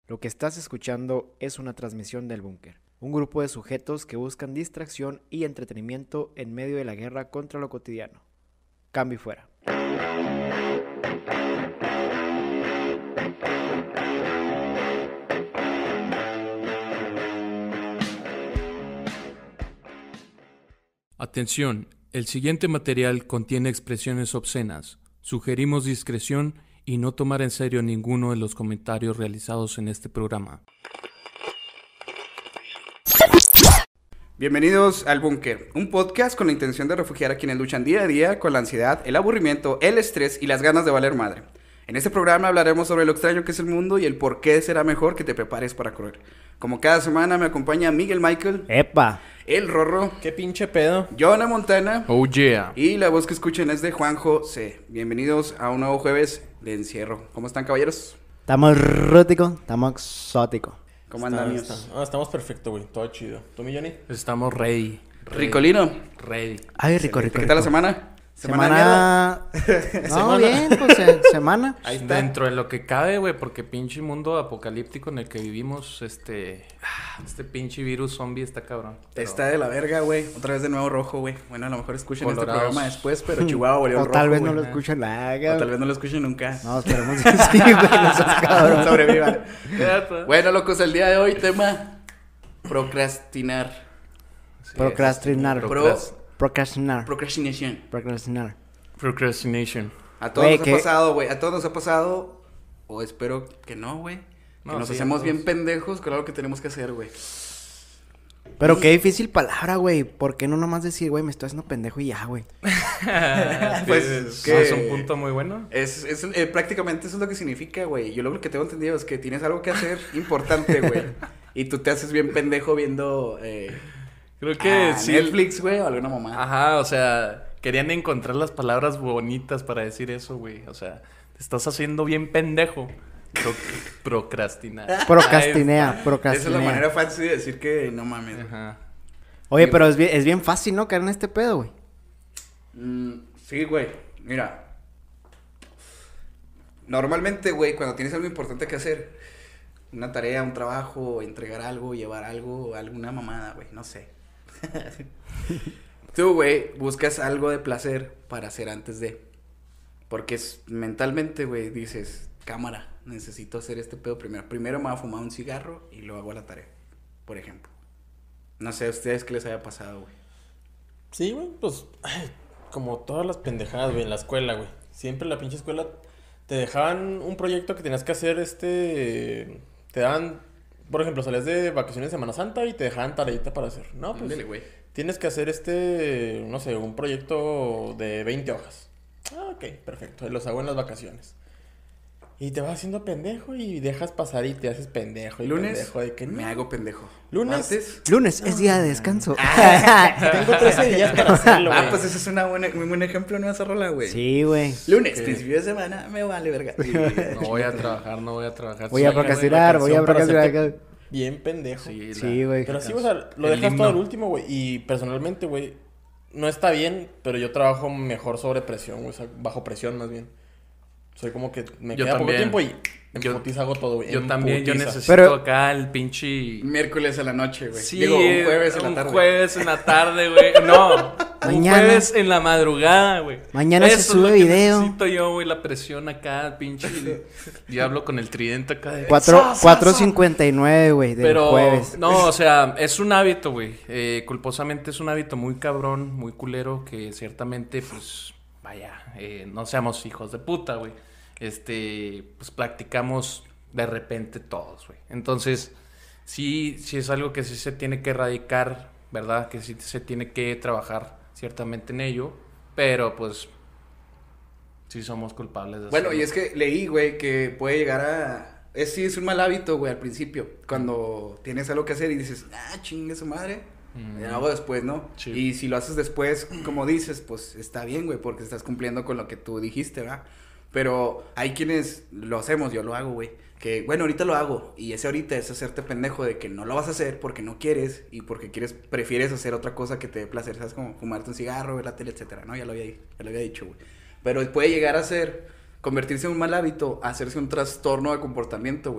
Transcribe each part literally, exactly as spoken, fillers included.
Lo que estás escuchando es una transmisión del Búnker, un grupo de sujetos que buscan distracción y entretenimiento en medio de la guerra contra lo cotidiano. Cambio y fuera. Atención, el siguiente material contiene expresiones obscenas. Sugerimos discreción y no tomar en serio ninguno de los comentarios realizados en este programa. Bienvenidos al Búnker, un podcast con la intención de refugiar a quienes luchan día a día con la ansiedad, el aburrimiento, el estrés y las ganas de valer madre. En este programa hablaremos sobre lo extraño que es el mundo y el por qué será mejor que te prepares para correr. Como cada semana me acompaña Miguel Michael, ¡Epa! el Rorro, ¿Qué pinche pedo? Jonah Montana Oh yeah. y la voz que escuchen es de Juanjo C. Bienvenidos a un nuevo jueves de encierro. ¿Cómo están, caballeros? Estamos rúticos, estamos exóticos. ¿Cómo Está- andan, amigos? está- ah, estamos perfecto, güey. Todo chido. ¿Tú, mi Johnny? Estamos ready. ready, Ricolino, Ready. Ay, rico, rico, ¿qué tal la rico. semana? Semana... No, Semana. bien, pues se- semana. Ahí está. Dentro de lo que cabe, güey, porque pinche mundo apocalíptico en el que vivimos, este... ah, Este pinche virus zombie está cabrón. Pero- Está de la verga, güey. Otra vez de nuevo rojo, güey. Bueno, a lo mejor escuchen este Colorados. programa después, pero Chihuahua volvió O rojo, tal vez no güey. lo escuchen la O tal vez no lo escuchen nunca. No, esperemos que sí, güey, no seas cabrón. Sobrevivan. Bueno, Bueno, locos, el día de hoy, tema procrastinar. Procrastinar. Pro- Procrast- Procrastinar. procrastination. Procrastinar. Procrastination. A todos Güey, nos ¿qué? ha pasado, güey. A todos nos ha pasado. O espero que no, güey. Que No, nos sí, a hacemos todos. bien pendejos con algo que tenemos que hacer, güey. Pero qué difícil palabra, güey. ¿Por qué no nomás decir, güey, me estoy haciendo pendejo y ya, güey? Pues, es, que- es un punto muy bueno. Es, es eh, prácticamente eso es lo que significa, güey. Yo lo que tengo entendido es que tienes algo que hacer importante, güey. Y tú te haces bien pendejo viendo eh, Creo que a sí. Netflix, güey, o alguna mamá. Ajá, o sea, querían encontrar las palabras bonitas para decir eso, güey. O sea, te estás haciendo bien pendejo. Pro- procrastinar. Procrastinea, Esa procrastinea. es la manera fancy de decir que no mames. güey. Ajá. Oye, pero es bien, es bien fácil, ¿no? Caer en este pedo, güey. Mm, sí, güey. Mira. Normalmente, güey, cuando tienes algo importante que hacer, una tarea, un trabajo, entregar algo, llevar algo, alguna mamada, güey, no sé. Tú, güey, buscas algo de placer para hacer antes de. Porque es mentalmente, güey, dices, cámara, necesito hacer este pedo primero. Primero me voy a fumar un cigarro y luego hago la tarea, por ejemplo. No sé a ustedes qué les haya pasado, güey. Sí, güey, pues, ay, como todas las pendejadas, güey, en la escuela, güey. Siempre en la pinche escuela te dejaban un proyecto que tenías que hacer, este... Te daban, por ejemplo, salías de vacaciones de Semana Santa y te dejaban tareita para hacer. No, pues, Ándale, güey. tienes que hacer este, no sé, un proyecto de veinte hojas. Ah, ok, perfecto, y los hago en las vacaciones. Y te vas haciendo pendejo y dejas pasar y te haces pendejo y Lunes pendejo de que me no. hago pendejo. Lunes. Martes. Lunes es día de descanso. Tengo trece días para hacerlo, güey. Ah, pues ese es una buena, muy buen ejemplo, ¿no? Esa rola, güey. Sí, güey. Lunes, Sí. principio de semana, me vale verga. No voy a trabajar, no voy a trabajar. Voy a Sí, procrastinar, voy a para hacerte procrastinar. Bien pendejo. Sí, Sí, la- güey. Pero sí, o sea, lo El dejas himno. todo al último, güey. Y personalmente, güey, no está bien, pero yo trabajo mejor sobre presión, güey. O sea, bajo presión más bien. Soy como que me Yo queda también. poco tiempo y en Yo- putiza hago todo, güey. Yo en también, yo putiza. necesito Pero- acá el pinche... Miércoles a la noche, güey. Sí, Digo, un jueves en la un tarde. jueves en la tarde, güey. No, un Mañana. jueves en la madrugada, güey. Mañana se Eso es sube lo que video. necesito yo, güey, la presión acá, pinche diablo con el tridente acá de... Cuatro, ¡Sa, sa, cuatro sa! cincuenta y nueve, güey, del Pero, jueves. no, o sea, es un hábito, güey. Eh, culposamente es un hábito muy cabrón, muy culero, que ciertamente, pues, vaya, eh, no seamos hijos de puta, güey. Este, pues practicamos de repente todos, güey. Entonces, sí, sí es algo que sí se tiene que erradicar, ¿verdad? Que sí se tiene que trabajar ciertamente en ello, pero pues, sí somos culpables de Bueno, hacerlo. y es que leí, güey, que puede llegar a... Es, sí, es un mal hábito, güey, al principio. Cuando tienes algo que hacer y dices, ah, chingue su madre. Mm. Lo hago después, ¿no? Sí. Y si lo haces después, como dices, pues está bien, güey, porque estás cumpliendo con lo que tú dijiste, ¿verdad? Pero hay quienes lo hacemos, yo lo hago, güey. Que, bueno, ahorita lo hago. Y ese ahorita es hacerte pendejo de que no lo vas a hacer porque no quieres y porque quieres, prefieres hacer otra cosa que te dé placer. ¿Sabes? Como fumarte un cigarro, ver la tele, etcétera, ¿no? Ya lo había, ya lo había dicho, güey. Pero puede llegar a ser, convertirse en un mal hábito, hacerse un trastorno de comportamiento, güey.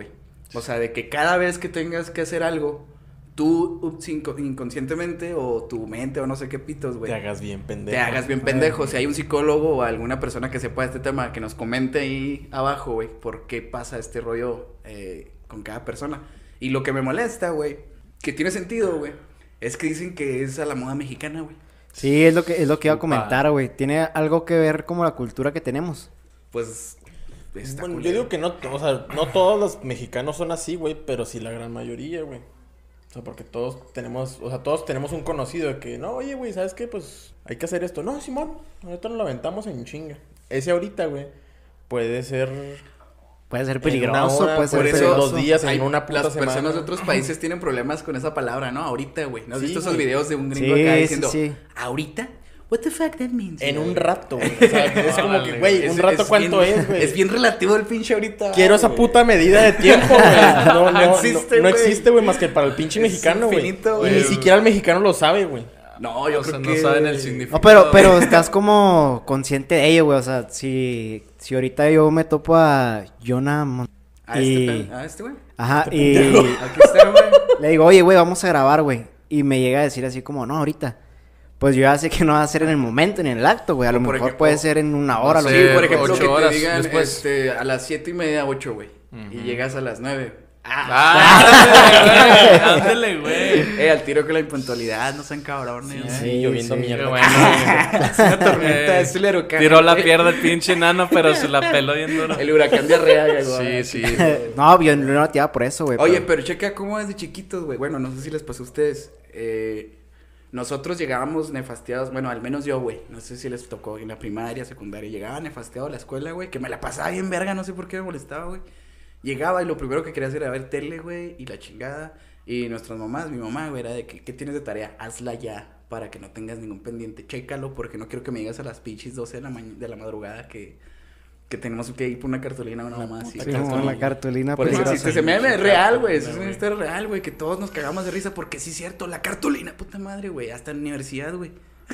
O sea, de que cada vez que tengas que hacer algo, tú ups, inco- inconscientemente o tu mente o no sé qué pitos, güey. Te hagas bien pendejo. Te hagas bien pendejo. Si hay un psicólogo o alguna persona que sepa de este tema, que nos comente ahí abajo, güey, por qué pasa este rollo eh, con cada persona. Y lo que me molesta, güey, que tiene sentido, güey, es que dicen que es a la moda mexicana, güey. Sí, es lo que, es lo que iba a Upa. comentar, güey. Tiene algo que ver como la cultura que tenemos. Pues... está Bueno, yo culero. digo que no, o sea, no todos los mexicanos son así, güey, pero sí la gran mayoría, güey. O sea, porque todos tenemos, o sea, todos tenemos un conocido de que, no, oye, güey, ¿sabes qué? Pues hay que hacer esto. No, Simón, ahorita nos lo aventamos en chinga. Ese ahorita, güey, puede ser... Puede ser en peligroso, una hora, puede ser Por eso peligroso. dos días, en hay- una puta las semana. personas de otros países tienen problemas con esa palabra, ¿no? Ahorita, güey. ¿No has Sí, visto esos güey. videos de un gringo Sí, acá sí, diciendo, sí. ¿ahorita? What the fuck that means? En güey? un rato, güey. O sea, es como que, güey, Es- un rato es cuánto bien- es, güey. Es bien relativo el pinche ahorita. Quiero esa güey. puta medida de tiempo, güey. No, no, no existe, no, güey. existe, güey, más que para el pinche Es mexicano, güey. infinito, Y güey. ni siquiera el mexicano lo sabe, güey. No, yo O sea, creo no que... saben el significado. No, pero, pero estás como consciente de ello, güey. O sea, si, si ahorita yo me topo a Jonah Mon- A y... este, pe- a este, güey. Ajá, Este y Aquí está, güey. le digo, oye, güey, vamos a grabar, güey. Y me llega a decir así como, no, ahorita. Pues yo ya sé que no va a ser en el momento ni en el acto, güey. A lo O por mejor ejemplo, puede ser en una hora. no lo sé, Sí, por ejemplo, ocho que horas te digan después. este, a las siete y media, ocho, güey. Y Ujú. llegas a las nueve. ¡Ah! Ándale, güey. Eh, al tiro con la impuntualidad, no sean cabrones. Sí, güey. lloviendo sí. Qué mierda. bueno. Es una tormenta, Eh, es el huracán. Tiró la pierna el pinche enano, pero se la peló bien duro. El huracán de Arreaga, güey. Sí, sí. No, yo no la tiraba por eso, güey. Oye, pero checa cómo es de chiquitos, güey. Bueno, no sé si les pasó a ustedes. Eh, nosotros llegábamos nefasteados, bueno, al menos yo, güey. No sé si les tocó en la primaria, secundaria. Llegaba nefasteado a la escuela, güey, que me la pasaba bien verga, no sé por qué me molestaba, güey. Llegaba y lo primero que quería hacer era ver tele, güey, y la chingada. Y nuestras mamás, mi mamá, güey, era de que, ¿qué tienes de tarea? Hazla ya, para que no tengas ningún pendiente. Chécalo, porque no quiero que me digas a las pinches doce de la, ma- de la madrugada que, que tenemos que ir por una cartulina o nada más. Sí, Sí, como la cartulina por eso peligrosa. existe ese meme, es real, güey. Eso es Güey. una historia real, güey. Que todos nos cagamos de risa porque sí es cierto. La cartulina, puta madre, güey. Hasta en la universidad, güey.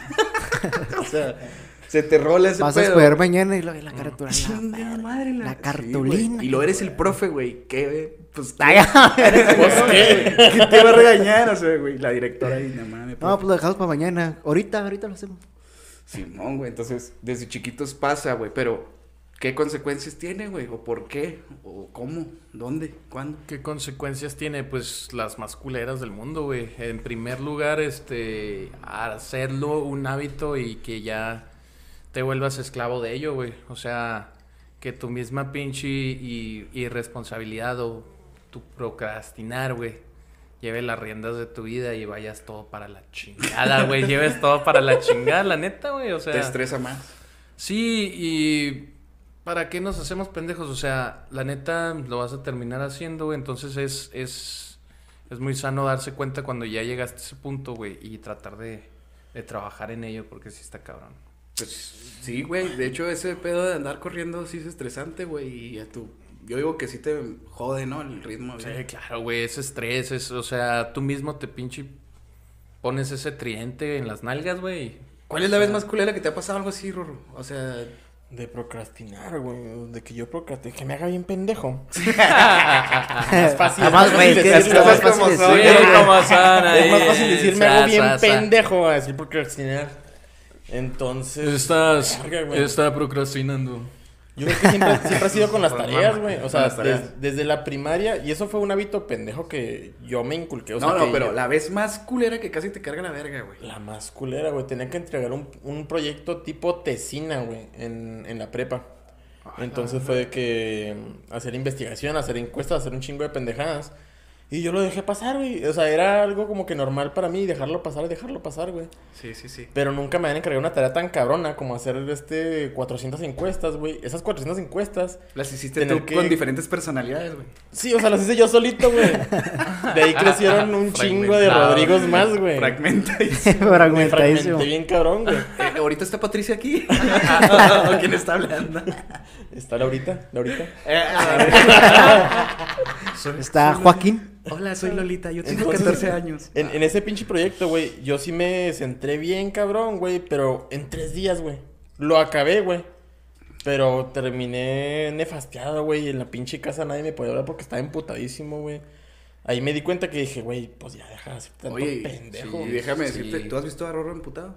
O sea, se te rola ese Vas a pedo. escuidar mañana y lo de la cartulina. Chingada madre, la, La sí, cartulina. güey. Y lo eres el profe, güey. ¿Qué? Pues, Ay, eres el profe, güey. ¿Quién te va a regañar? O sea, güey. La directora ahí, nada más. No, pues lo dejamos para mañana. Ahorita, ahorita lo hacemos. Simón, güey. Entonces, desde chiquitos pasa, güey. Pero, ¿qué consecuencias tiene, güey? ¿O por qué? ¿O cómo? ¿Dónde? ¿Cuándo? ¿Qué consecuencias tiene? Pues las más culeras del mundo, güey. En primer lugar, este, hacerlo un hábito y que ya te vuelvas esclavo de ello, güey. O sea, que tu misma pinche y, irresponsabilidad o tu procrastinar, güey, lleve las riendas de tu vida y vayas todo para la chingada, güey. Lleves todo para la chingada, la neta, güey. O sea, Te estresa más. sí, y ¿para qué nos hacemos pendejos? O sea, la neta lo vas a terminar haciendo, güey. Entonces es, es, es muy sano darse cuenta cuando ya llegaste a ese punto, güey, y tratar de, de trabajar en ello, porque sí está cabrón. Pues sí, güey. De hecho, ese pedo de andar corriendo sí es estresante, güey. Y a tu. Yo digo que sí te jode, ¿no? El ritmo. Sí, güey. claro, güey, ese estrés, es, o sea, tú mismo te pinche pones ese tridente en las nalgas, güey. ¿Cuál es la vez más culera que te ha pasado algo así, Rorro? O sea, De procrastinar, güey. De que yo procrastine. Que me haga bien pendejo. Es fácil. Además, güey, es que es decirlo, más ¿sabes fácil cómo soy? decirlo, Sí, güey. como son ahí. Es más fácil decir me hago Sa, bien sa, sa. pendejo a decir procrastinar. Entonces. Estás, Verga, güey. está procrastinando. Yo creo que siempre, siempre ha sido con las Por tareas, mamá. güey. O Con sea, las tareas. des- desde la primaria. Y eso fue un hábito pendejo que yo me inculqué. O sea, no, no, que pero yo- la vez más culera que casi te carga la verga, güey. La más culera, güey. Tenía que entregar un, un proyecto tipo tesina, güey, en, en la prepa. Entonces fue de que mm, hacer investigación, hacer encuestas, hacer un chingo de pendejadas. Y yo lo dejé pasar, güey. O sea, era algo como que normal para mí, dejarlo pasar, dejarlo pasar, güey. Sí, sí, sí. Pero nunca me habían encargado una tarea tan cabrona como hacer este cuatrocientas encuestas, güey. Esas cuatrocientas encuestas. Las hiciste Tener tú que- con diferentes personalidades, güey. Sí, o sea, las hice yo solito, güey. De ahí crecieron un chingo de Fragmentado, Rodrigos güey. más, güey. Fragmenta y... Me Fragmentadísimo. fragmenté bien cabrón, güey. Eh, ahorita está Patricia aquí. ¿O quién está hablando? Está Laurita, Laurita. Está Joaquín. Hola, soy Lolita. Yo tengo Entonces, catorce años. En, en ese pinche proyecto, güey, yo sí me centré bien cabrón, güey, pero en tres días, güey. Lo acabé, güey. Pero terminé nefasteado, güey. En la pinche casa nadie me podía hablar porque estaba emputadísimo, güey. Ahí me di cuenta que dije, güey, pues ya deja de ser tanto Oye, pendejo. y déjame sí. decirte, ¿tú has visto a Rorro emputado?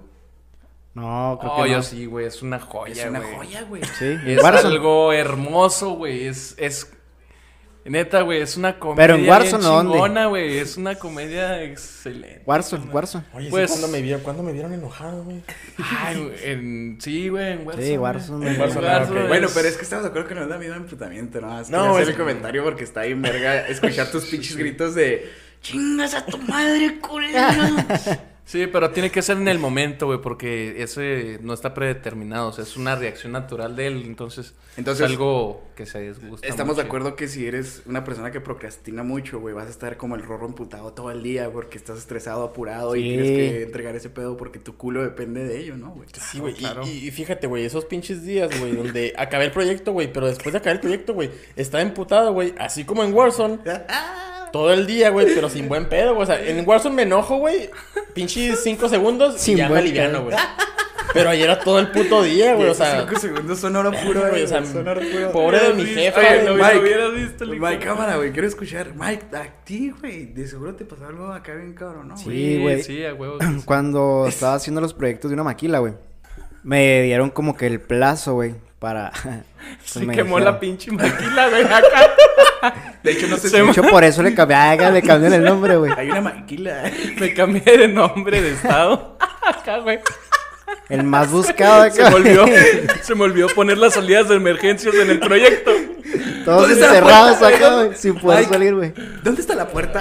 No, creo Oh, que yo no. sí, güey, es una joya, Es una güey. joya, güey. Sí, Es Warzone. algo hermoso, güey. Es, es... Neta, güey, es una comedia Pero en Warzone, bien ¿o dónde? chingona, güey. Es una comedia excelente. Warzone, Warzone. Oye, Pues- sí, ¿cuándo me vieron? ¿Cuándo me vieron enojado, güey? Ay, güey, en... Sí, güey, en Warzone. Sí, Warzone. En Warzone, ah, ok. Bueno, pero es que estamos de acuerdo que no da miedo a emputamiento, ¿no? Es que No, no, hacer es- el comentario porque está ahí en verga escuchar tus pinches gritos de chingas a tu madre, culero. Sí, pero tiene que ser en el momento, güey, porque ese no está predeterminado. O sea, es una reacción natural de él. Entonces, Entonces, es algo que se disgusta. Estamos de mucho. acuerdo que si eres una persona que procrastina mucho, güey, vas a estar como el Rorro emputado todo el día porque estás estresado, apurado y Sí. tienes que entregar ese pedo porque tu culo depende de ello, ¿no, güey? Sí, güey. claro. Y, y- y fíjate, güey, esos pinches días, güey, donde acabé el proyecto, güey, pero después de acabar el proyecto, güey, estaba emputado, güey, así como en Warzone. Todo el día, güey, pero sin buen pedo, güey. O sea, en Warzone me enojo, güey. Pinches cinco segundos y Sin ya me buen aliviano, pedo. güey. Pero ayer era todo el puto día, güey. O sea, cinco segundos son oro puro, güey, güey. o sea, son oro puro. pobre de mi Hubieras jefa, visto, güey. lo Mike, hubieras visto, el hijo Mike, de- cámara, güey, quiero escuchar. Mike, a ti, güey, de seguro te pasó algo acá bien cabrón, ¿no? Sí. güey? güey. Sí, a huevo. que sí. Cuando estaba haciendo los proyectos de una maquila, güey, me dieron como que el plazo, güey, para... Se me quemó dijeron. la pinche maquila, güey, acá. De hecho, no sé Se si De hecho, por eso le cambié, ah, le cambié el nombre, güey. hay una maquila. Me cambié de nombre de estado. Acá, güey. El más buscado Se acá. me olvidó, se me olvidó poner las salidas de emergencias en el proyecto. Todos ¿Dónde está la encerrados puerta, acá, güey? güey, sin poder Mike. salir, güey. ¿Dónde está la puerta?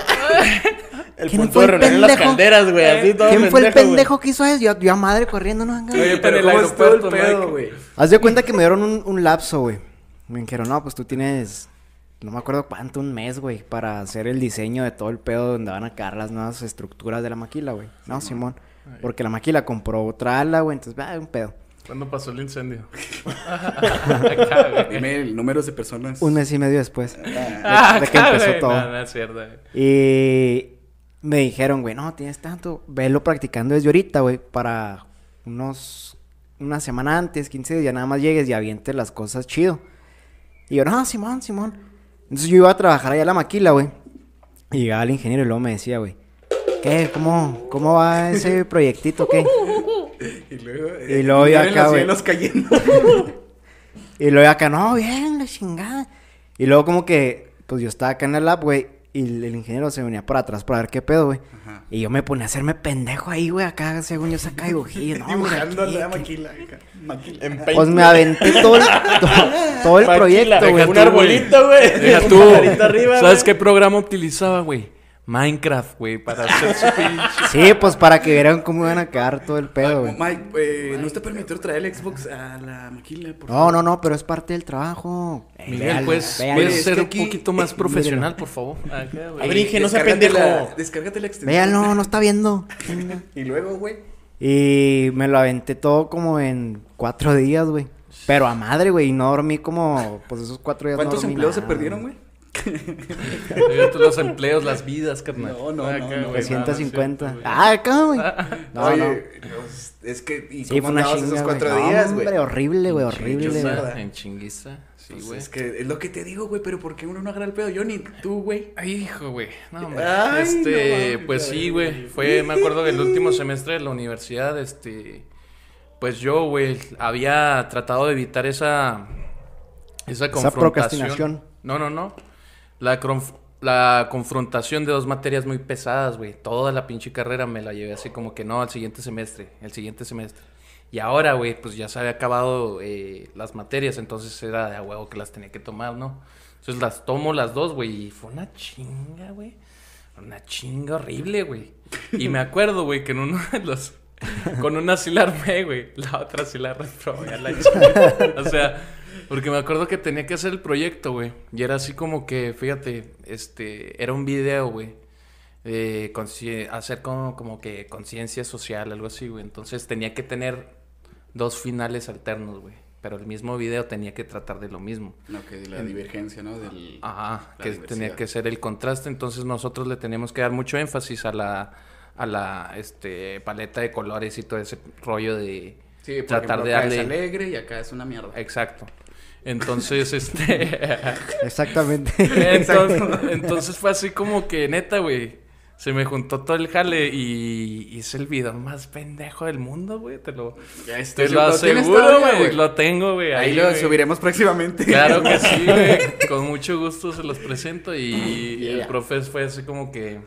el ¿Quién punto fue de el reunión en las pendejo? calderas, güey. Así todo ¿Quién fue el pendejo, pendejo que hizo eso? Yo, yo a madre corriendo, ¿no? Acá. Oye, pero Pero el ¿cómo estuvo el aeropuerto, pedo, Mike. güey? Haz de cuenta que me dieron un, un lapso, güey. Me dijeron, no, pues tú tienes, no me acuerdo cuánto, un mes, güey, para hacer el diseño de todo el pedo donde van a quedar las nuevas estructuras de la maquila, güey. No, Simón. Porque la maquila compró otra ala, güey, entonces, ah, un pedo. ¿Cuándo pasó el incendio? Acá, güey. Dime el número de personas. Un mes y medio después. Ah, de que acá, empezó güey. todo. No, no es cierto, güey. Y me dijeron, güey, no, tienes tanto, velo practicando desde ahorita, güey, para unos, una semana antes, quince días, nada más llegues y avientes las cosas chido. Y yo, no, Simón, Simón. Entonces yo iba a trabajar allá a la maquila, güey. Y llegaba el ingeniero y luego me decía, güey, ¿qué? ¿Cómo, cómo va ese proyectito, qué? Y luego, Y luego yo miren acá, los güey. cielos cayendo. Y luego acá, no, bien, la chingada. Y luego como que, pues yo estaba acá en el lab, güey, y el, el ingeniero se venía por atrás para ver qué pedo, güey. Ajá. Y yo me ponía a hacerme pendejo ahí, güey, acá, según yo saca dibujillos. No, mira, Dibujando aquí, la aquí. maquila. acá. Maquila. En Pues me aventé todo el, todo, todo el Maquila, proyecto, güey. deja Un tú, arbolito, güey. Deja Con tú. pajarito arriba, ¿Sabes güey. qué programa utilizaba, güey? Minecraft, güey, para hacer su pinche... Sí, pues para que vieran cómo iban a quedar todo el pedo, güey. Mike, eh, ¿no te permitió traer el Xbox a la maquila? Por No, favor? no, no, pero es parte del trabajo. Eh, Miguel, véanlo, pues, véanlo. puedes Es ser que un aquí- poquito más profesional, por favor. Acá, güey. A ver, Inge, no sea Descárgate la- pendejo. Descárgate la extensión. Véanlo, no está viendo. Y luego, güey. Y me lo aventé todo como en cuatro días, güey. Pero a madre, güey, y no dormí como, pues esos cuatro días no ¿Cuántos dormí empleos se nada, perdieron, güey? Oiga, tú los empleos, las vidas, carnal. No, no, Acá, no, no, güey, trescientos cincuenta. no, no es cierto, güey. Ah, acá, güey. No, Oye, no. pues, es que... ¿Y Sí, cómo fue una andabas chinga, esos güey. cuatro No, días, güey? hombre, horrible, güey, horrible, Chinguiza. güey. Chinguiza, en chinguiza, sí, Pues güey. es que es lo que te digo, güey, pero ¿por qué uno no agarra el pedo? Yo ni tú, güey. Ay, hijo, güey. No, hombre. Ay, este, no mames, pues güey. sí, güey. Fue, me acuerdo que el último semestre de la universidad, este, pues yo, güey, había tratado de evitar esa, esa confrontación. procrastinación. No, no, no. La, conf- la confrontación de dos materias muy pesadas, güey. Toda la pinche carrera me la llevé así como que no, al siguiente semestre, el siguiente semestre. Y ahora, güey, pues ya se había acabado eh, las materias, entonces era de a huevo que las tenía que tomar, ¿no? Entonces las tomo las dos, güey, y fue una chinga, güey. Una chinga horrible, güey. Y me acuerdo, güey, que en uno de los... Con una sí la armé, güey. La otra sí la reprobé a la chinga. O sea, porque me acuerdo que tenía que hacer el proyecto, güey. Y era así como que, fíjate, este... Era un video, güey. Eh, consci- hacer como, como que conciencia social, algo así, güey. Entonces tenía que tener dos finales alternos, güey. Pero el mismo video tenía que tratar de lo mismo. No, que de la divergencia, ¿no? Del... Ajá, La que diversidad. tenía que ser el contraste. Entonces nosotros le teníamos que dar mucho énfasis a la, a la este, paleta de colores y todo ese rollo de, Sí, por tratar ejemplo, de acá darle... es alegre y acá es una mierda. Exacto. Entonces, este... Exactamente. entonces, entonces fue así como que, neta, güey, se me juntó todo el jale y hice el video más pendejo del mundo, güey. Te lo, Ya te estoy- lo ¿lo tienes aseguro, todavía, güey. Lo tengo, güey. Ahí, lo güey. subiremos próximamente. Claro que sí, güey. Con mucho gusto se los presento. Y Yeah. el profe fue así como que...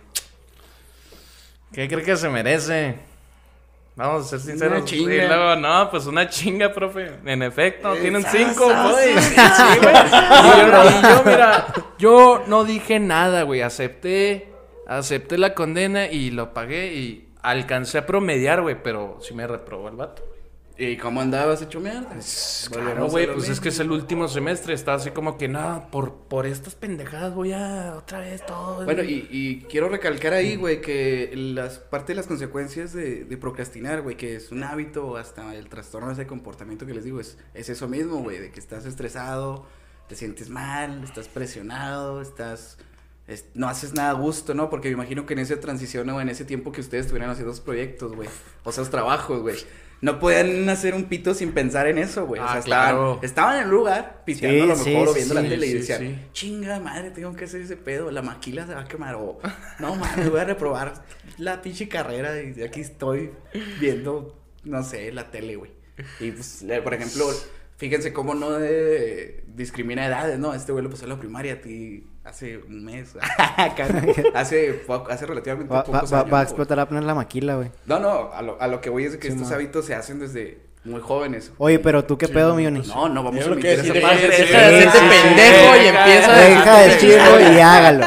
¿Qué cree que se merece? Vamos a ser sinceros. Una chinga. Y luego, no, pues una chinga, profe. En efecto, Eh, tiene un sa- cinco, sa- pues. sa- Sí, güey. Y yo, y yo, mira, yo no dije nada, güey. Acepté, acepté la condena y lo pagué y alcancé a promediar, güey. Pero sí me reprobó el vato. ¿Y cómo andabas hecho mierda? Claro, Volvemos güey, a lo pues es mismo. que es el último semestre. Estaba así como que, no, por, por estas pendejadas voy a otra vez todo. Bueno, y, y quiero recalcar ahí, güey, que las parte de las consecuencias de, de procrastinar, güey, que es un hábito, hasta el trastorno de ese comportamiento que les digo, es, es eso mismo, güey, de que estás estresado, te sientes mal, estás presionado, estás... es- no haces nada a gusto, ¿no? Porque me imagino que en esa transición o en ese tiempo que ustedes estuvieran haciendo esos proyectos, güey, o esos trabajos, güey, no podían hacer un pito sin pensar en eso, güey. O Ah, sea, claro. estaban, estaban en el lugar, piteando a lo Sí, mejor sí, o viendo sí, la tele y sí, decían, sí. chinga madre, tengo que hacer ese pedo, la maquila se va a quemar, o no mames, voy a reprobar la pinche carrera y aquí estoy viendo, no sé, la tele, güey. Y pues, le- por ejemplo, fíjense cómo no de- discrimina edades, ¿no? Este güey lo pasó en la primaria, a ti hace un mes, hace poco, hace relativamente Va, va, pocos va- años. va a güey. explotar apenas la maquila, güey. No, no, a lo, a lo que voy es de que Sí, estos ma. hábitos se hacen desde muy jóvenes. Oye, pero tú qué Sí, pedo, no, Mioni. No, no vamos Es a lo que omitir decir, esa deja, parte. deja de Sí, hacerte sí, sí. pendejo y Deja, empieza a Deja de chingo y hágalo.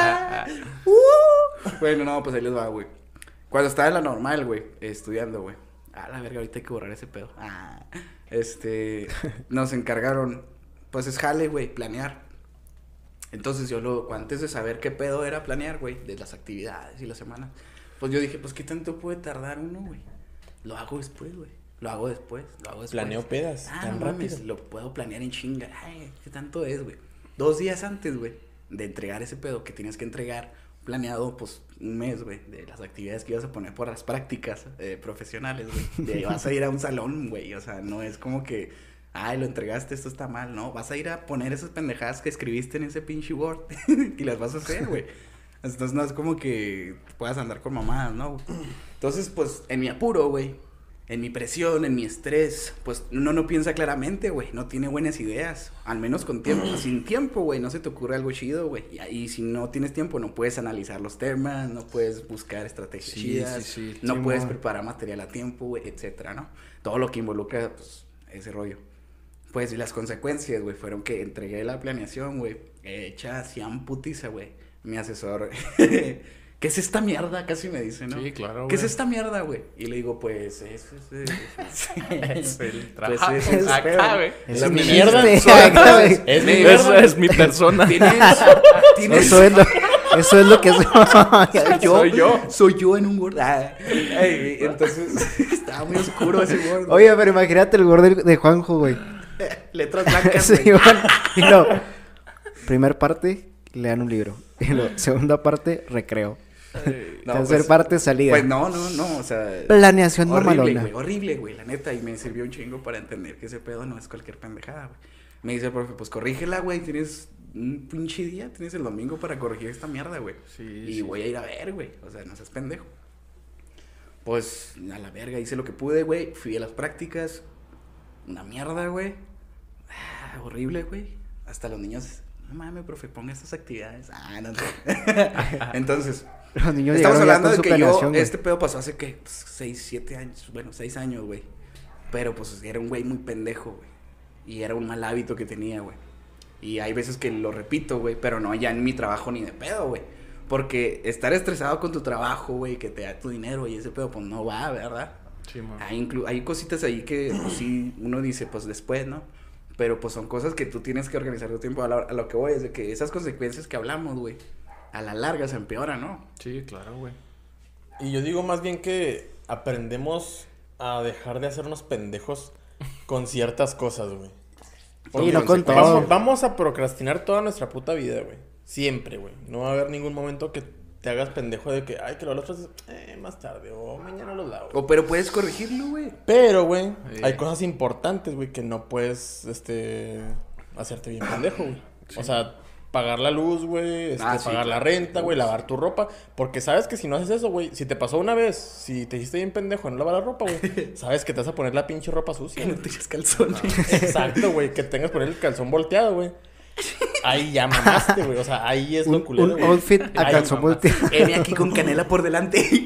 Bueno, no, pues ahí les va, güey. Cuando estaba en la normal, güey, estudiando, güey. A la verga, ahorita hay que borrar ese pedo. Ah, este, nos encargaron, pues es jale, güey, planear. Entonces yo lo, antes de saber qué pedo era planear, güey, de las actividades y la semana, pues yo dije, pues qué tanto puede tardar uno, güey. Lo hago después, güey. Lo hago después, lo hago después. Planeo pedas, Ah, tan no mames, rápido. lo puedo planear en chinga. Ay, qué tanto es, güey. Dos días antes, güey, de entregar ese pedo que tienes que entregar, planeado, pues, un mes, güey, de las actividades que ibas a poner por las prácticas eh, profesionales, güey. De ahí vas a ir a un salón, güey, o sea, no es como que, ay, lo entregaste, esto está mal, ¿no? Vas a ir a poner esas pendejadas que escribiste en ese pinche Word y las vas a hacer, güey. Entonces, no es como que puedas andar con mamadas, ¿no? Entonces, pues, en mi apuro, güey, en mi presión, en mi estrés, pues uno no piensa claramente, güey, no tiene buenas ideas, al menos con tiempo, sin tiempo, güey, no se te ocurre algo chido, güey, y ahí si no tienes tiempo no puedes analizar los temas, no puedes buscar estrategias Sí, chidas, sí, sí, no sí, puedes mon. preparar material a tiempo, güey, etcétera, ¿no? Todo lo que involucra, pues, ese rollo. Pues, y las consecuencias, güey, fueron que entregué la planeación, güey, hecha así en putiza, güey, mi asesor, ¿qué es esta mierda? Casi me dice, ¿no? Sí, claro, ¿Qué es güey. esta mierda, güey? Y le digo, pues, eso es... Es el Pues trabajo. ese es Acá, feo. güey. Es La mi mierda. mierda, güey. Es mi Eso mierda. es mi persona. Tienes... tienes Eso es lo, eso es lo que soy. yo, Soy yo. Soy yo en un Word. Ah, ay, entonces, estaba muy oscuro ese Word. güey. Oye, pero imagínate el gordo de, de Juanjo, güey. Letras blancas, Sí, güey. bueno, y no. Primer parte, lean un libro. Y lo, segunda parte, recreo. No, Tercer pues- parte, salida. Pues no, no, no, o sea... Planeación Horrible, mamalona. güey, horrible, güey, la neta, y me sirvió un chingo para entender que ese pedo no es cualquier pendejada, güey. Me dice el profe, pues corrígela, güey, tienes un pinche día, tienes el domingo para corregir esta mierda, güey. Sí, Y sí. voy a ir a ver, güey, o sea, no seas pendejo. Pues, a la verga, hice lo que pude, güey, fui a las prácticas, una mierda, güey. Ah, horrible, güey. Hasta los niños, no mames, profe, ponga estas actividades. Ah, no, no. Entonces... Los niños Estamos llegaron ya hablando con de su que yo, planeación, güey. este pedo pasó hace, ¿qué? Pues, seis, siete años, bueno, seis años, güey. Pero, pues, era un güey muy pendejo, güey. Y era un mal hábito que tenía, güey. Y hay veces que lo repito, güey, pero no ya en mi trabajo ni de pedo, güey. Porque estar estresado con tu trabajo, güey, que te da tu dinero y ese pedo, pues, no va, ¿verdad? Sí, man. Hay, inclu- hay cositas ahí que, pues, sí, uno dice, pues, después, ¿no? Pero, pues, son cosas que tú tienes que organizar tu tiempo. A, la- a lo que voy es de que esas consecuencias que hablamos, güey, a la larga se empeoran, ¿no? Sí, claro, güey. Y yo digo más bien que aprendemos a dejar de hacernos pendejos con ciertas cosas, güey. Sí, no con todo. Vamos, vamos a procrastinar toda nuestra puta vida, güey. Siempre, güey. No va a haber ningún momento que te hagas pendejo de que, ay, que lo los trastes, eh, más tarde o mañana los lavo. O pero puedes corregirlo, güey. Pero, güey, Sí. hay cosas importantes, güey, que no puedes, este, hacerte bien pendejo, güey. Sí. O sea, pagar la luz, güey, este, Ah, sí, pagar la claro. renta, güey, lavar tu ropa. Porque sabes que si no haces eso, güey, si te pasó una vez, si te hiciste bien pendejo en no lavar la ropa, güey, sabes que te vas a poner la pinche ropa sucia. Que no te echas calzones. Exacto, güey, que tengas por el calzón volteado, güey. Ahí ya mamaste, güey, o sea, ahí es lo Un, culero, un güey. outfit a Ahí calzón mamaste. volteado. Eve aquí con canela por delante.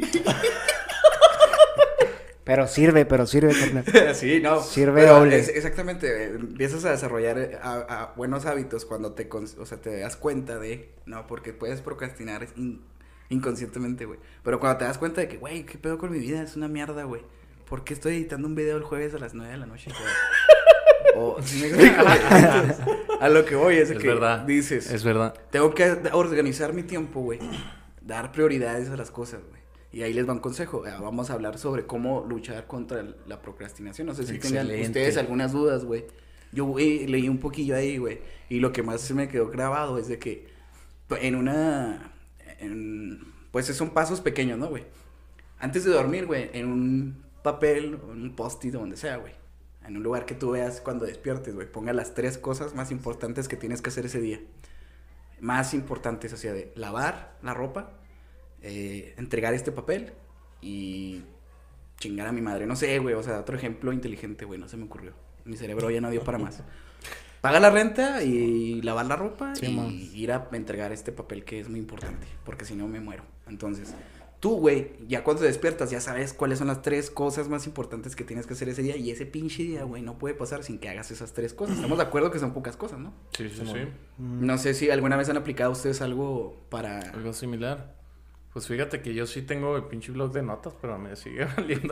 Pero sirve, pero sirve, carnal. Sí, no. Sirve Pero doble. es- exactamente. eh, Empiezas a desarrollar eh, a, a buenos hábitos cuando te, cons- o sea, te das cuenta de, no, porque puedes procrastinar in- inconscientemente, güey. Pero cuando te das cuenta de que, güey, ¿qué pedo con mi vida? Es una mierda, güey. ¿Por qué estoy editando un video el jueves a las nueve de la noche, güey? O, ¿sí me explico, güey? Entonces, a lo que voy es, de Es que verdad. dices, Es verdad. tengo que organizar mi tiempo, güey. Dar prioridades a las cosas, güey. Y ahí les va un consejo. Eh, Vamos a hablar sobre cómo luchar contra el- la procrastinación. No sé si tengan Excelente. ustedes algunas dudas, güey. Yo güey, leí un poquillo ahí, güey. Y lo que más se me quedó grabado es de que en una... en- pues son pasos pequeños, ¿no, güey? Antes de dormir, güey, en un papel, en un post-it, donde sea, güey. En un lugar que tú veas cuando despiertes, güey. Ponga las tres cosas más importantes que tienes que hacer ese día. Más importantes, o sea, de lavar la ropa, eh, entregar este papel y chingar a mi madre. No sé, güey, o sea, otro ejemplo inteligente, güey, no se me ocurrió. Mi cerebro ya no dio para más. Paga la renta y lavar la ropa Sí, y man. ir a entregar este papel que es muy importante, porque si no me muero. Entonces, tú, güey, ya cuando te despiertas ya sabes cuáles son las tres cosas más importantes que tienes que hacer ese día y ese pinche día, güey, no puede pasar sin que hagas esas tres cosas. Estamos de acuerdo que son pocas cosas, ¿no? Sí, sí, sí. No sé si alguna vez han aplicado ustedes algo para... Algo similar. Pues fíjate que yo sí tengo el pinche blog de notas, pero me sigue valiendo.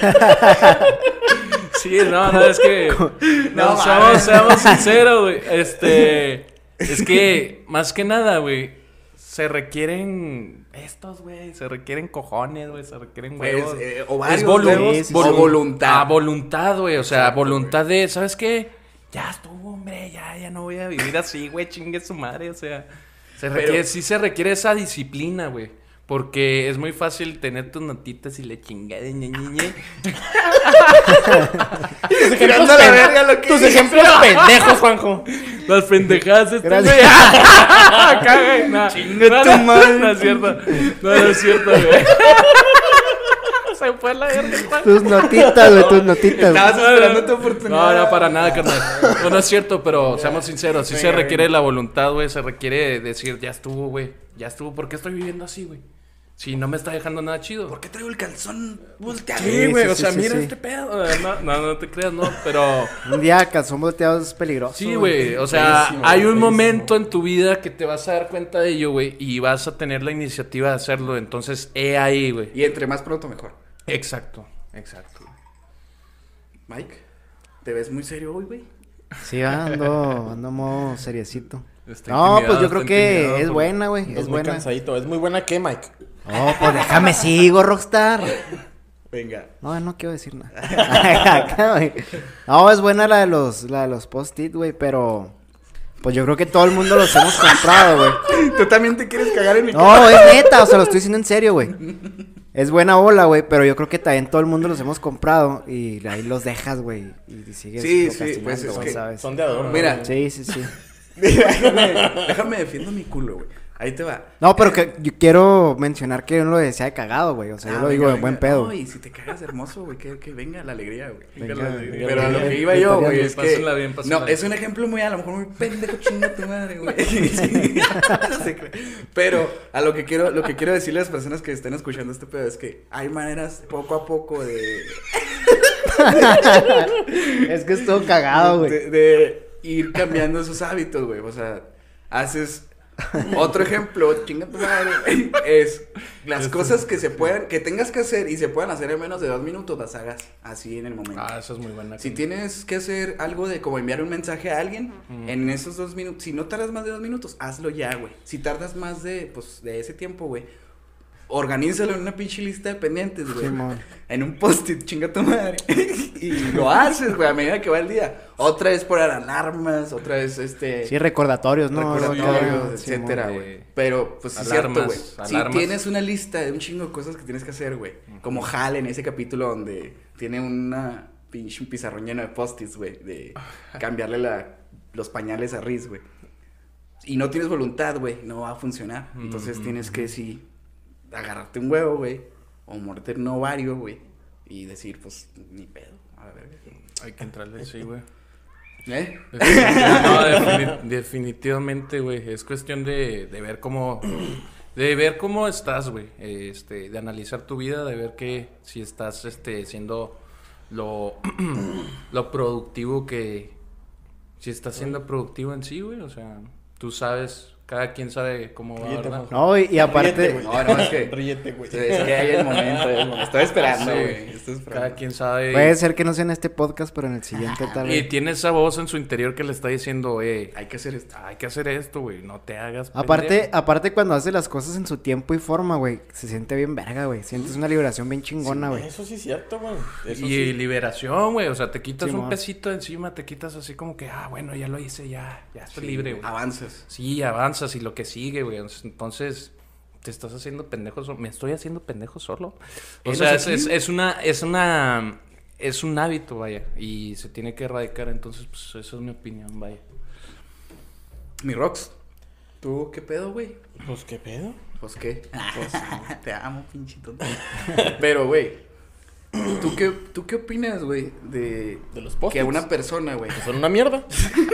Sí, no, no, es que... No, No, seamos, mames. seamos sinceros, güey. Este... Es que, más que nada, güey, se requieren estos, güey. Se requieren cojones, güey. Se requieren Pues, huevos. eh, o varios es volu- huevos, sí, sí, o volu- voluntad. A voluntad, güey. O sea, Exacto, voluntad de... ¿Sabes qué? Ya estuvo, hombre. Ya, ya no voy a vivir así, güey. Chingue su madre, o sea... Se Pero- requiere, sí se requiere esa disciplina, güey. Porque es muy fácil tener tus notitas y le chingada de ñe, ñe, ñe. Tus Tirando a la verga lo que tus dices. ejemplos pendejos, Juanjo. Las pendejadas estas, Gracias. güey. Acá, güey. No, Chinga no, tu no, madre. no es cierto. No, no es cierto, güey. Se fue la verga, Juan. Tus notitas, güey, tus notitas. Estabas No, no, esperando no. tu oportunidad. No, no, para nada, carnal. No, no es cierto, pero seamos sinceros. Sí Venga, se requiere venga. la voluntad, güey. Se requiere decir, ya estuvo, güey. Ya estuvo. ¿Por qué estoy viviendo así, güey? Si no me está dejando nada chido. ¿Por qué traigo el calzón volteado? Sí, güey. sí, O sí, sea, sí, mira sí. este pedo. No, no, no te creas, no. Pero... Un día calzón volteado es peligroso. Sí, güey, o sea, Feísimo, hay un feísimo. momento en tu vida que te vas a dar cuenta de ello, güey, y vas a tener la iniciativa de hacerlo, entonces, he ahí, güey. Y entre más pronto mejor. Exacto, exacto. Mike, ¿te ves muy serio hoy, güey? Sí, ando, ando modo seriecito. Está No, intimidado, pues yo está creo que intimidado es por- buena, güey. Es Es muy buena. cansadito. ¿Es muy buena qué, Mike? Oh, pues déjame sigo, Rockstar. Venga. No, no quiero decir nada. Acá, güey. No, es buena la de los, la de los post-it, güey, pero pues yo creo que todo el mundo los hemos comprado, güey. ¿Tú también te quieres cagar en mi cara? No, es neta, o sea, lo estoy diciendo en serio, güey. Es buena ola, güey, pero yo creo que también todo el mundo los hemos comprado y ahí los dejas, güey, y sigues Sí, sí, procrastinando, pues es güey, que ¿sabes? Son de adorno. Mira. Sí, sí, sí. déjame, déjame defiendo mi culo, güey. Ahí te va. No, pero que yo quiero mencionar que yo no lo decía de cagado, güey, o sea, yo Ah, lo venga, digo de venga. buen pedo. No, y si te cagas hermoso, güey, que, que venga la alegría, güey. Venga, la alegría. Pero a lo que iba Venga, yo, güey, venga, es que... pásenla bien, pásenla no, bien. es un ejemplo muy, a lo mejor muy pendejo, chinga tu madre, güey. Sí. No se cree. Pero a lo que quiero, lo que quiero decirle a las personas que estén escuchando este pedo es que hay maneras poco a poco de... Es que es todo cagado, güey. de, de ir cambiando esos hábitos, güey. O sea, haces... Otro ejemplo, chinga tu madre, güey, es las cosas que se puedan, que tengas que hacer y se puedan hacer en menos de dos minutos, las hagas así en el momento. Ah, eso es muy buena. Si tienes que hacer algo de como enviar un mensaje a alguien, Ujú. en esos dos minutos, si no tardas más de dos minutos, hazlo ya, güey. Si tardas más de, pues, de ese tiempo, güey, organízalo en una pinche lista de pendientes, güey. Simón. En un post-it, chinga tu madre. Y lo haces, güey, a medida que va el día. Otra vez poner alarmas, otra vez este... Sí, recordatorios, ¿no? recordatorios, Sí, etcétera, Simón, güey. de- Pero, pues, sí es alarmas, cierto, güey. Si alarmas. tienes una lista de un chingo de cosas que tienes que hacer, güey. Como Hal en ese capítulo donde tiene una pinche un pizarrón lleno de post-its, güey. De cambiarle la, los pañales a Riz, güey. Y no tienes voluntad, güey, no va a funcionar. Entonces Mm, tienes que, sí, agarrarte un huevo, güey. O morderte un ovario, güey. Y decir, pues, ni pedo. A ver, Hay que entrarle, sí, güey. ¿eh? No, defini- definitivamente, güey. Es cuestión de, de ver cómo... De ver cómo estás, güey. Este, de analizar tu vida, de ver que si estás este, siendo lo, lo productivo que... Si estás siendo productivo en sí, güey. O sea, tú sabes... Cada quien sabe cómo va, Ríete, ¿verdad? Juanjo. No, y, y aparte... Ríete, güey. No, no, es que... Ríete, güey. Es que hay el momento, el momento. Estoy esperando, Sí. güey. Estoy esperando. Cada quien sabe... Puede ser que no sea en este podcast, pero en el siguiente tal Y vez. tiene esa voz en su interior que le está diciendo, eh, Hay que hacer esto. hay que hacer esto, güey, no te hagas Aparte, pendejo. aparte cuando hace las cosas en su tiempo y forma, güey, se siente bien verga, güey. Sientes una liberación bien chingona, güey. Eso sí es cierto, güey. Eso Y sí. liberación, güey, o sea, te quitas Simón. un pesito de encima, te quitas así como que, ah, bueno, ya lo hice, ya, ya estoy libre, güey. Avanzas. Sí, avanzas y lo que sigue, güey, entonces te estás haciendo pendejo solo, me estoy haciendo pendejo solo. O Enos sea, es, aquí. es, es una, es una, es un hábito, vaya, y se tiene que erradicar, entonces, pues, esa es mi opinión, vaya. Mi Rox. ¿Tú qué pedo, güey? Pues, ¿qué pedo? Pues qué. Pues, te amo, pinche tonto. Pero, güey. ¿Tú qué, ¿Tú qué opinas, güey? De, De los post-its. que una persona, güey. Que son una mierda.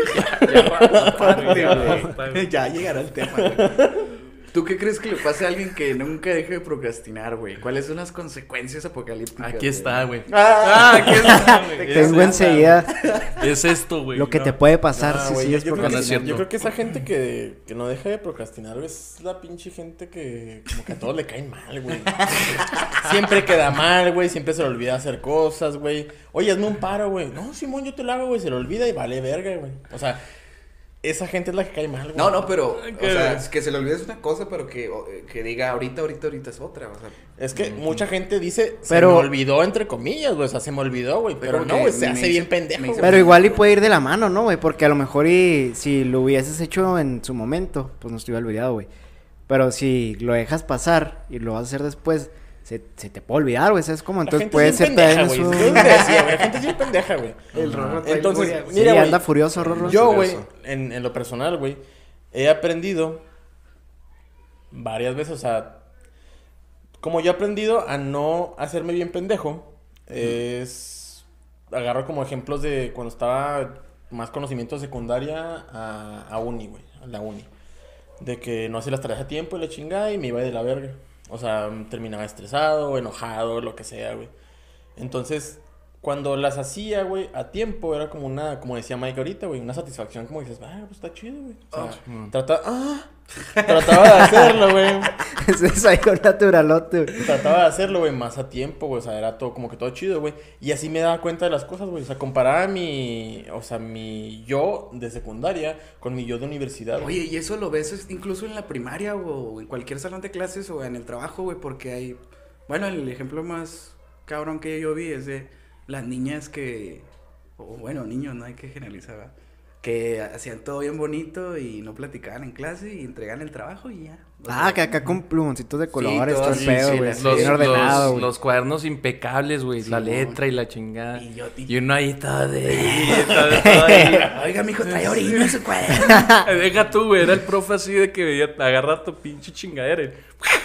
Aparte, ya llegará el tema, güey. ¿Tú qué crees que le pase a alguien que nunca deje de procrastinar, güey? ¿Cuáles son las consecuencias apocalípticas? Aquí está, güey. Ah, aquí está, güey. Tengo enseguida Es esto, güey. lo que no. te puede pasar No, si güey, sigues yo, yo creo No que, es procrastinando. cierto. yo creo que esa gente que, que no deja de procrastinar güey, es la pinche gente que como que a todos le caen mal, güey. Siempre queda mal, güey. Siempre se le olvida hacer cosas, güey. Oye, hazme un paro, güey. No, Simón, yo te lo hago, güey. Se le olvida y vale verga, güey. O sea, esa gente es la que cae mal, güey. No, no, pero, o ¿Qué? sea, es que se le olvide es una cosa, pero que, o- que diga ahorita, ahorita, ahorita es otra, o sea. Es que mucha gente dice, se Pero- me olvidó, entre comillas, güey. O sea, se me olvidó, güey. Pero Como no, que güey, se me hace hice- bien me pendejo, hice- güey. Pero igual y puede ir de la mano, ¿no, güey? Porque a lo mejor y si lo hubieses hecho en su momento, pues no estuviera olvidado, güey. Pero si lo dejas pasar y lo vas a hacer después, se, se te puede olvidar, güey. ¿Sabes cómo? La Entonces gente puede es bien ser pendeja, también güey. su... Es lo que decía, güey. La gente es bien pendeja, güey. El Rorro trae Entonces, furia, güey. Sí, mira, güey. anda furioso, Rorro. Yo, güey, Furioso. en, en lo personal, güey, he aprendido varias veces, o sea, como yo he aprendido a no hacerme bien pendejo, es, agarro como ejemplos de cuando estaba más conocimiento de secundaria a, a uni, güey, a la uni. De que no hacía las tareas a tiempo y la chingada y me iba de la verga. O sea, terminaba estresado, enojado, lo que sea, güey. Entonces, cuando las hacía, güey, a tiempo, era como una, como decía Mike ahorita, güey, una satisfacción, como dices, ah, pues está chido, güey. O sea, trata, ah, trataba de hacerlo, güey. Ese es algo naturalote, güey. Trataba de hacerlo, güey, más a tiempo, güey. O sea, era todo como que todo chido, güey. Y así me daba cuenta de las cosas, güey. O sea, comparaba mi, o sea, mi yo de secundaria con mi yo de universidad, güey. Oye, y eso lo ves es- incluso en la primaria o en cualquier salón de clases o en el trabajo, güey, porque hay... Bueno, el ejemplo más cabrón que yo vi es de las niñas que... O bueno, niños, no hay que generalizar, ¿verdad? Que hacían todo bien bonito y no platicaban en clase y entregaban el trabajo y ya. O Ah, sea, que acá con plumoncitos de colores, todo todo el así, pedo, sí, güey. las- Los, Bien ordenado, los, güey. los cuadernos impecables, güey. la Simón. letra y la chingada. Y Y, yo- y- uno ahí todo de... todo, todo ahí. Oiga, mijo, trae orina en su cuaderno. Deja tú, güey. Era el profe así de que veía, agarra tu pinche chingadera. Y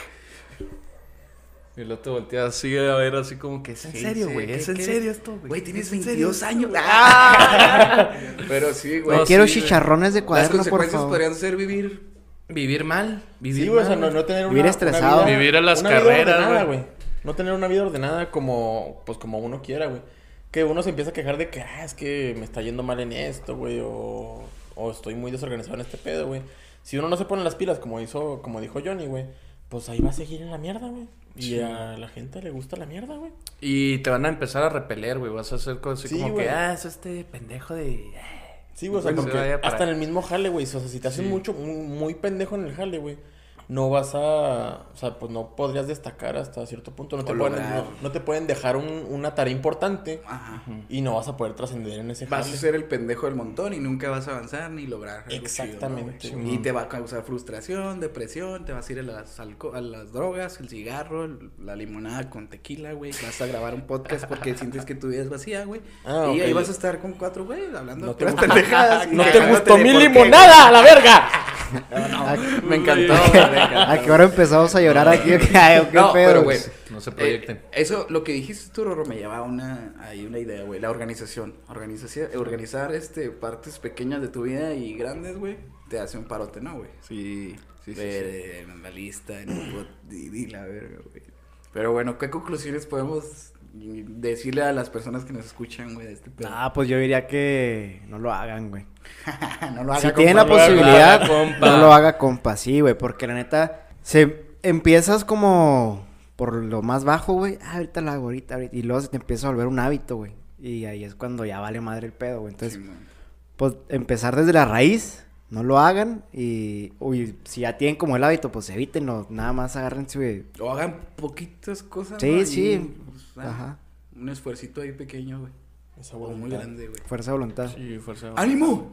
y luego te volteas así a ver así como que es en Sí, serio, sí, güey. ¿qué- Es en qué- serio esto, güey. Güey, tienes ¿Es en veintidós serio? años. ¡Ah! Pero sí, güey. No, Quiero sí, güey. chicharrones de Las cuaderno, por consecuencias favor. podrían ser vivir... Vivir mal. Vivir Sí, güey, o sea, mal, no, güey. no tener una, Vivir una estresado. vida- Vivir a las una vida carreras, ordenada, güey. güey. No tener una vida ordenada como, pues, como uno quiera, güey. Que uno se empieza a quejar de que, ah, es que me está yendo mal en esto, güey, o, o estoy muy desorganizado en este pedo, güey. Si uno no se pone las pilas, como hizo, como dijo Johnny, güey, pues ahí va a seguir en la mierda, güey. Y Sí. a la gente le gusta la mierda, güey. Y te van a empezar a repeler, güey. Vas a hacer cosas así Sí, como güey. que, ah, es este pendejo de... Sí, güey, o sea, Bueno, porque se vaya para- hasta en el mismo jale, güey. O sea, si te haces Sí. mucho, muy, muy pendejo en el jale, güey. no vas a, o sea, pues no podrías destacar hasta cierto punto, no te, O pueden, lograr. no, no te pueden dejar un, una tarea importante Ajá. y no vas a poder trascender en ese Vas jale. a ser el pendejo del montón y nunca vas a avanzar ni lograr algo Exactamente. chido, ¿no, güey? Y te va a causar frustración, depresión, te vas a ir a las, alco- a las drogas, el cigarro, el- la limonada con tequila, güey. Vas a grabar un podcast porque sientes que tu vida es vacía, güey. Ah, y ok. ahí vas a estar con cuatro güeyes hablando No de te puras gustó- pendejadas. y No te quejándote gustó de mi por qué, limonada, a la verga. güey. No, no, me encantó. ¿A qué hora empezamos a llorar aquí? Ay, ¿o qué No, pedo? pero güey, No se proyecten. Eh, eso, lo que dijiste tú, Rorro, me lleva a una, ahí una idea, güey. La organización. Organización, organizar este, partes pequeñas de tu vida y grandes, güey, te hace un parote, ¿no, güey? Sí, sí, sí. Ver sí. en la lista, en el bot, y, y la verga, güey. Pero bueno, ¿qué conclusiones podemos decirle a las personas que nos escuchan, güey, de este pedo? Ah, pues yo diría que no lo hagan, güey. no lo haga, Si compa, tienen la no lo haga. posibilidad, haga, compa. no lo haga, compa, sí, güey, porque la neta, se empiezas como por lo más bajo, güey, ah, ahorita lo hago, ahorita, ahorita, y luego se te empieza a volver un hábito, güey, y ahí es cuando ya vale madre el pedo, güey, entonces, Sí, man. pues, empezar desde la raíz, no lo hagan, y, uy, si ya tienen como el hábito, pues evítenlo, nada más agárrense, güey. O hagan poquitas cosas, Sí, ¿no? Ahí, sí. pues, ah, Ajá, un esfuercito ahí pequeño, güey. Esa O muy voluntad. grande, güey. fuerza de voluntad. Sí, fuerza. ¡Ánimo!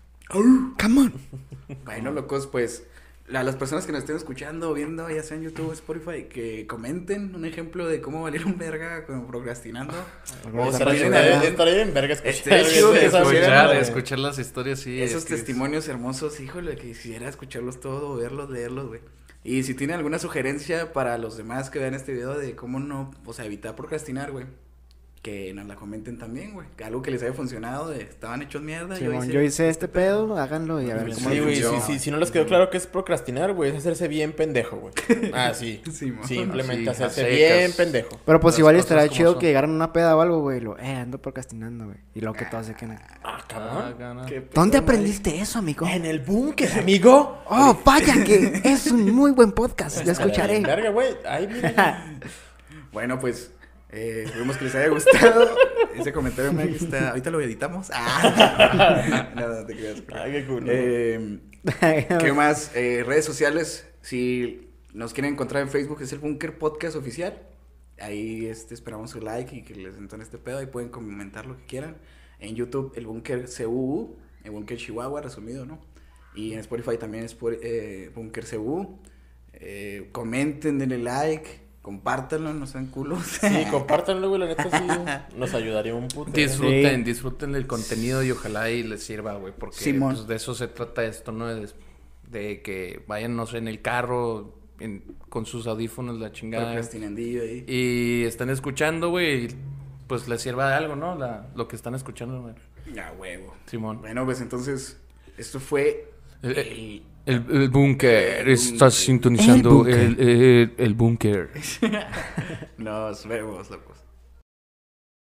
Come on. Bueno, locos, pues a las personas que nos estén escuchando o viendo, ya sea en YouTube o Spotify, que comenten un ejemplo de cómo valer un verga como procrastinando. O si Estaría tienen estaría- algún- estaría bien verga escuchar. Estaría chido que esas- escucharan, Escuchar, güey. escuchar las historias, sí. Esos es que es- testimonios hermosos, híjole, que quisiera escucharlos todos, verlos, leerlos, güey. Y si tienen alguna sugerencia para los demás que vean este video de cómo no, o sea, evitar procrastinar, güey, que nos la comenten también, güey. Que algo que les haya funcionado, de estaban hechos mierda. Simón, yo hice este pedo, háganlo y a ver cómo Sí, les güey, sí, funciona. sí, si no les quedó claro que es procrastinar, güey, es hacerse bien pendejo, güey. Ah, sí. Simón. Simplemente Sí, a hacerse secas. bien pendejo. Pero pues Las igual cosas estaría como chido son. que llegaran a una peda o algo, güey. Lo, eh, ando procrastinando, güey. Y luego que todos se queden. Ah, Ah, cabrón. gana. Qué ¿Dónde pedo, aprendiste eso, amigo? En el búnker, amigo. Oh, vaya que es un muy buen podcast. Ya escucharé. Verga, güey. Ay, mira. Bueno, pues, eh, esperemos que les haya gustado. Ese comentario me está. Ahorita lo editamos. Ah. No, no te creas. Ay, qué cool. Eh, ¿Qué más? Eh, redes sociales. Si nos quieren encontrar en Facebook, es el Búnker Podcast Oficial. Ahí este, esperamos su like y que les entone este pedo. Ahí pueden comentar lo que quieran. En YouTube, el Búnker C U U. El Búnker Chihuahua, resumido, ¿no? Y en Spotify también es por, eh, Búnker C U U. Eh, comenten, denle like. Compártanlo, no sean culos. Sí, compártanlo, güey, la neta sí nos ayudaría un puto. Disfruten, Sí. disfruten del contenido y ojalá y les sirva, güey, porque Simón. pues, de eso se trata esto, ¿no? De, de que vayan, no sé, en el carro, en- con sus audífonos, la chingada, Procrastinandillo ahí. y están escuchando, güey, y, pues les sirva de algo, ¿no? La, lo que están escuchando, güey. Ya, huevo. Simón. Bueno, pues entonces, esto fue El, el... el, el búnker, El estás búnker. sintonizando El búnker. el, el, el búnker. Nos vemos, locos.